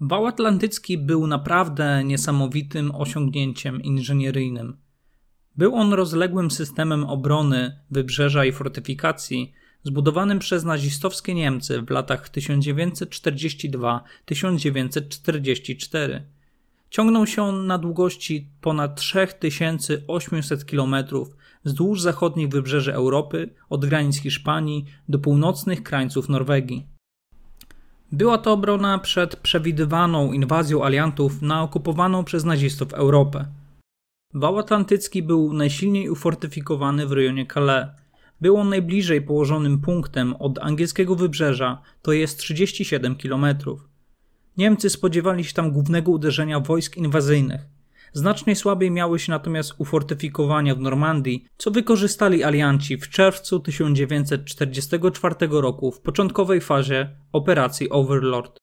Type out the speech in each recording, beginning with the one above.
Wał Atlantycki był naprawdę niesamowitym osiągnięciem inżynieryjnym. Był on rozległym systemem obrony wybrzeża i fortyfikacji zbudowanym przez nazistowskie Niemcy w latach 1942-1944. Ciągnął się on na długości ponad 3800 km wzdłuż zachodnich wybrzeży Europy, od granic Hiszpanii do północnych krańców Norwegii. Była to obrona przed przewidywaną inwazją aliantów na okupowaną przez nazistów Europę. Wał Atlantycki był najsilniej ufortyfikowany w rejonie Calais. Był on najbliżej położonym punktem od angielskiego wybrzeża, to jest 37 km. Niemcy spodziewali się tam głównego uderzenia wojsk inwazyjnych. Znacznie słabiej miały się natomiast ufortyfikowania w Normandii, co wykorzystali alianci w czerwcu 1944 roku w początkowej fazie operacji Overlord.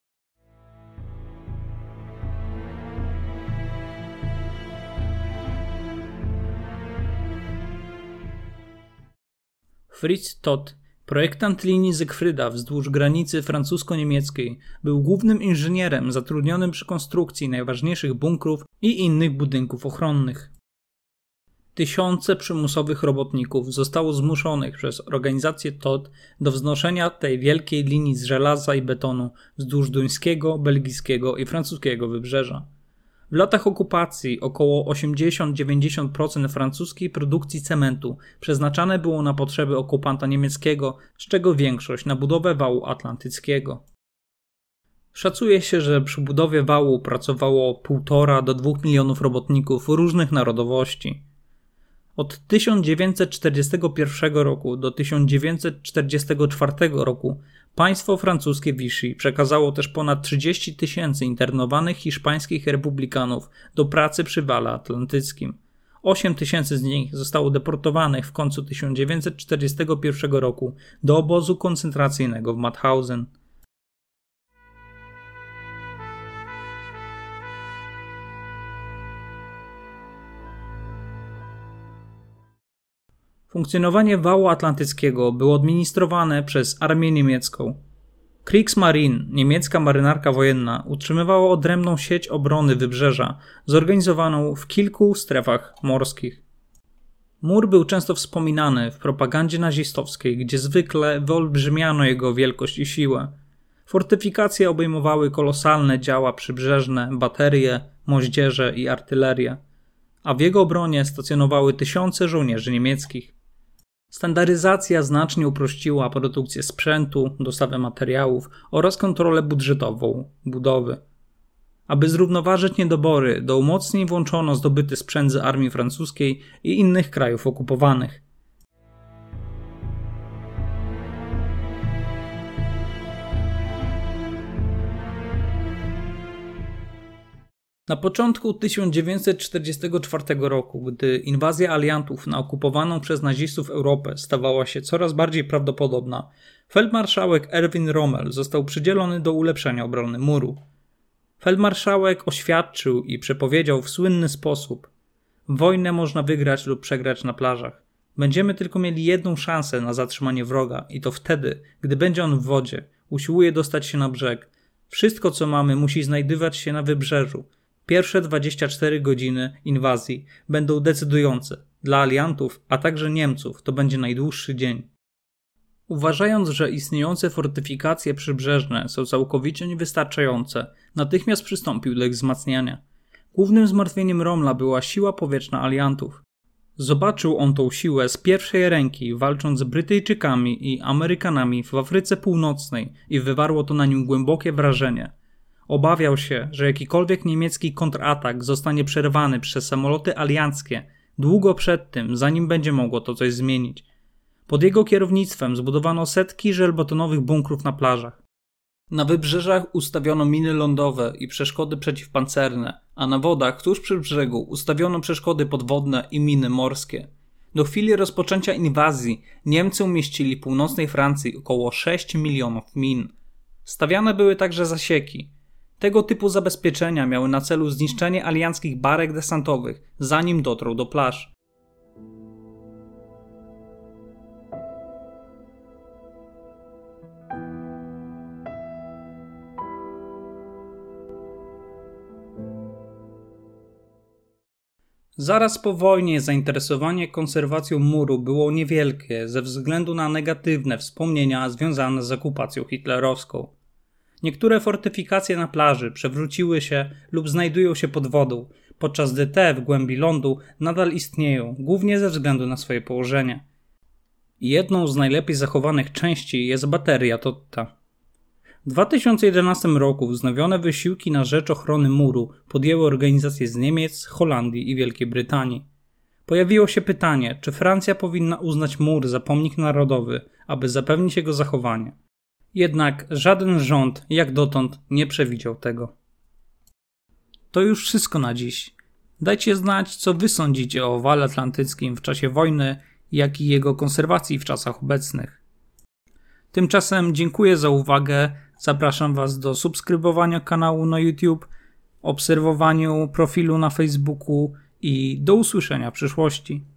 Fritz Todt, projektant linii Siegfrieda wzdłuż granicy francusko-niemieckiej, był głównym inżynierem zatrudnionym przy konstrukcji najważniejszych bunkrów i innych budynków ochronnych. Tysiące przymusowych robotników zostało zmuszonych przez organizację Todt do wznoszenia tej wielkiej linii z żelaza i betonu wzdłuż duńskiego, belgijskiego i francuskiego wybrzeża. W latach okupacji około 80-90% francuskiej produkcji cementu przeznaczane było na potrzeby okupanta niemieckiego, z czego większość na budowę wału atlantyckiego. Szacuje się, że przy budowie wału pracowało 1,5 do 2 milionów robotników różnych narodowości. Od 1941 roku do 1944 roku państwo francuskie Vichy przekazało też ponad 30 000 internowanych hiszpańskich republikanów do pracy przy wale atlantyckim. 8 000 z nich zostało deportowanych w końcu 1941 roku do obozu koncentracyjnego w Mauthausen. Funkcjonowanie wału atlantyckiego było administrowane przez armię niemiecką. Kriegsmarine, niemiecka marynarka wojenna, utrzymywała odrębną sieć obrony wybrzeża, zorganizowaną w kilku strefach morskich. Mur był często wspominany w propagandzie nazistowskiej, gdzie zwykle wyolbrzymiano jego wielkość i siłę. Fortyfikacje obejmowały kolosalne działa przybrzeżne, baterie, moździerze i artylerię, a w jego obronie stacjonowały tysiące żołnierzy niemieckich. Standaryzacja znacznie uprościła produkcję sprzętu, dostawę materiałów oraz kontrolę budżetową budowy. Aby zrównoważyć niedobory, do umocnień włączono zdobyty sprzęt z armii francuskiej i innych krajów okupowanych. Na początku 1944 roku, gdy inwazja aliantów na okupowaną przez nazistów Europę stawała się coraz bardziej prawdopodobna, feldmarszałek Erwin Rommel został przydzielony do ulepszenia obrony muru. Feldmarszałek oświadczył i przepowiedział w słynny sposób: wojnę można wygrać lub przegrać na plażach. Będziemy tylko mieli jedną szansę na zatrzymanie wroga i to wtedy, gdy będzie on w wodzie, usiłuje dostać się na brzeg. Wszystko, co mamy, musi znajdować się na wybrzeżu. Pierwsze 24 godziny inwazji będą decydujące. Dla aliantów, a także Niemców to będzie najdłuższy dzień. Uważając, że istniejące fortyfikacje przybrzeżne są całkowicie niewystarczające, natychmiast przystąpił do ich wzmacniania. Głównym zmartwieniem Rommela była siła powietrzna aliantów. Zobaczył on tą siłę z pierwszej ręki, walcząc z Brytyjczykami i Amerykanami w Afryce Północnej i wywarło to na nim głębokie wrażenie. Obawiał się, że jakikolwiek niemiecki kontratak zostanie przerwany przez samoloty alianckie długo przed tym, zanim będzie mogło to coś zmienić. Pod jego kierownictwem zbudowano setki żelbetonowych bunkrów na plażach. Na wybrzeżach ustawiono miny lądowe i przeszkody przeciwpancerne, a na wodach tuż przy brzegu ustawiono przeszkody podwodne i miny morskie. Do chwili rozpoczęcia inwazji Niemcy umieścili w północnej Francji około 6 milionów min. Stawiane były także zasieki. Tego typu zabezpieczenia miały na celu zniszczenie alianckich barek desantowych, zanim dotrą do plaż. Zaraz po wojnie zainteresowanie konserwacją muru było niewielkie ze względu na negatywne wspomnienia związane z okupacją hitlerowską. Niektóre fortyfikacje na plaży przewróciły się lub znajdują się pod wodą, podczas gdy te w głębi lądu nadal istnieją, głównie ze względu na swoje położenie. Jedną z najlepiej zachowanych części jest bateria Totta. W 2011 roku wznowione wysiłki na rzecz ochrony muru podjęły organizacje z Niemiec, Holandii i Wielkiej Brytanii. Pojawiło się pytanie, czy Francja powinna uznać mur za pomnik narodowy, aby zapewnić jego zachowanie. Jednak żaden rząd, jak dotąd, nie przewidział tego. To już wszystko na dziś. Dajcie znać, co wy sądzicie o wale atlantyckim w czasie wojny, jak i jego konserwacji w czasach obecnych. Tymczasem dziękuję za uwagę, zapraszam was do subskrybowania kanału na YouTube, obserwowania profilu na Facebooku i do usłyszenia w przyszłości.